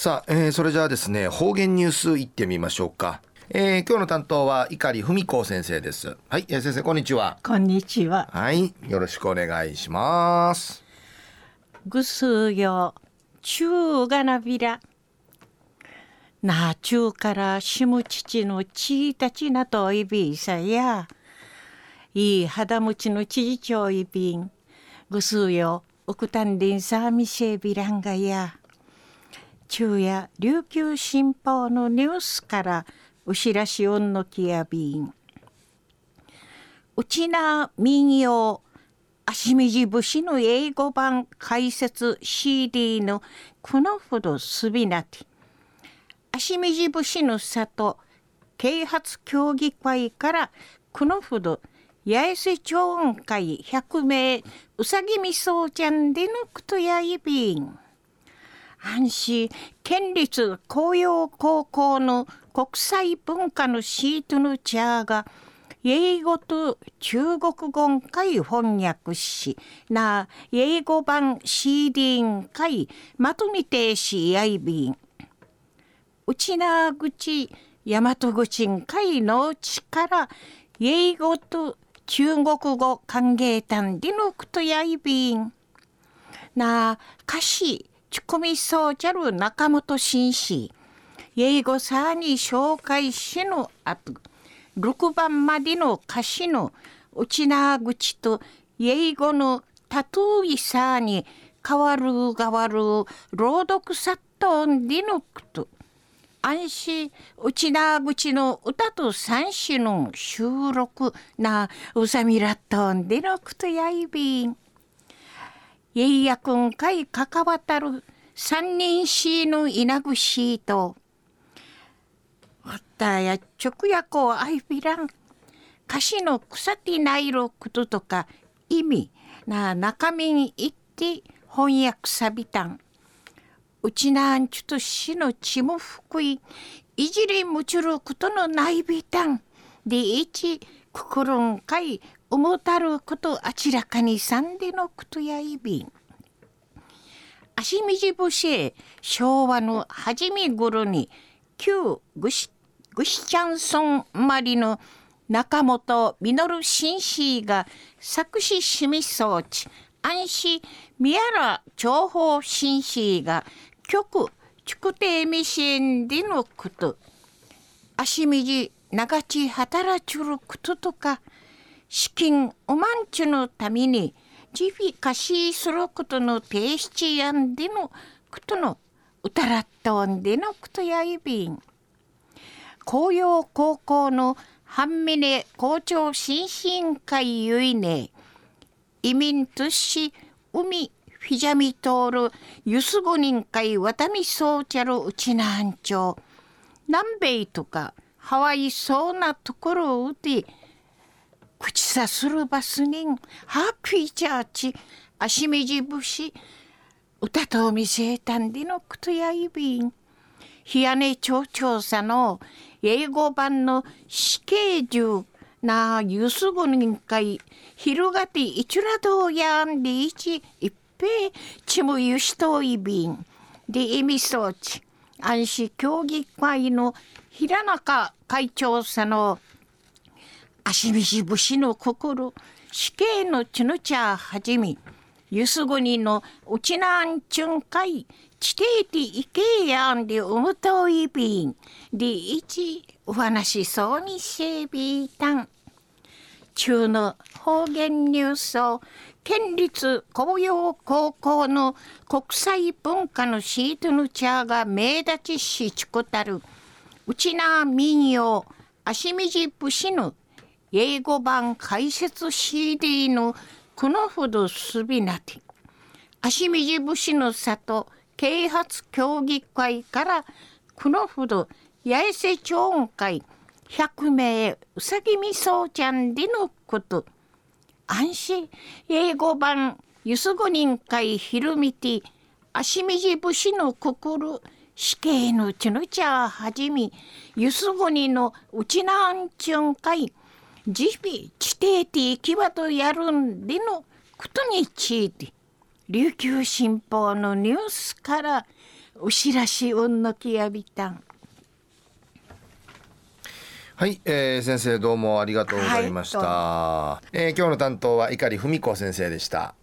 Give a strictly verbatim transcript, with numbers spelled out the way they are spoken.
さあ、えー、それじゃあですね、方言ニュースいってみましょうか。えー、今日の担当は碇文子先生です。はい、えー、先生こんにちは。 こんにちは。 はい、よろしくお願いします。 ぐすよ中がなびらな中からしむちちのちいたちなといびいさやいい肌持ちのちじちょいびんぐすようくたんりんさみせびらんがや中や琉球新報のニュースからうしらしおんのきやびんうちな民謡足みじ節の英語版解説 シーディー のこのほどすびなて足みじ節の里啓発協議会からこのほど八重瀬町音会ひゃくめいうさぎみそうちゃんでのくとやいびん安市県立紅葉高校の国際文化のシートのチャーが英語と中国語会翻訳しな英語版 シーディー 会まとめてしやいびんうちなぐち大和口会の力英語と中国語歓迎団でのくとやいびんな歌詞ちこみそうちゃる中本紳士英語さに紹介しのあとろくばんまでの歌詞のうちなぐちと英語のたといさに変わる変わる朗読さっとんでのくと安心うちなぐちの歌と三詞の収録なうさみらっとんでのくとやいびんえいやくんかいかかわたる三人しのいなぐしとわったや直訳をあいびらん歌詞の腐ってないることとか意味な中身に言って翻訳さびたんうちなんちゅとしのちもふくいいじりむちゅることのないびたんでいちくくるんかい思たることあちらかにさんでのことやいびん足みじ節昭和の初め頃に旧ぐしぐしちゃんソン生まりの中本実紳士が作詞しみそうち安心宮良長報紳士が曲築堤ミシェンでのこと足みじ長ち働ちゅることとか資金おまんちゅのために自費貸しすることの提出やんでのことの歌らっとんでのことやいびん紅葉高校の半峰校長新進会ゆいね移民とし海フィジャミ通るゆすご人会わたみそうちゃるうちなんちょ南米とかハワイそうなところをで口さするバスにんハッピーチャーチ足みじ節歌と見せたんでのことやいびんひやね町長さの英語版の死刑中なゆすご人会広がっていちゅらどうやんでいち一平ちむゆしといびんで意味そうち安心協議会の平中会長さの足みじ節の心死刑のちぬちゃはじみゆすごにのうちなんちゅんかい地底ていけやんでうむといびんでいちお話しそうにせびたん中の方言ニュースを県立紅葉高校の国際文化のシートのチャーが名立ちしちこたるうちな民謡足みじ節の英語版解説 シーディー のこのほどすびなて足みじ節の里啓発協議会からこのほど八重瀬町音会ひゃくめいうさぎみそうちゃんでのこと安心英語版ゆすご人会ひるみて足みじ節の心死刑のちぬちゃはじみゆすごにのうちなんちゅん会自費地底てきばとやるんでのことについて琉球新報のニュースからうしらしうんのきやびたん。 はい、えー、先生どうもありがとうございました、はい、えー、今日の担当は碇文子先生でした。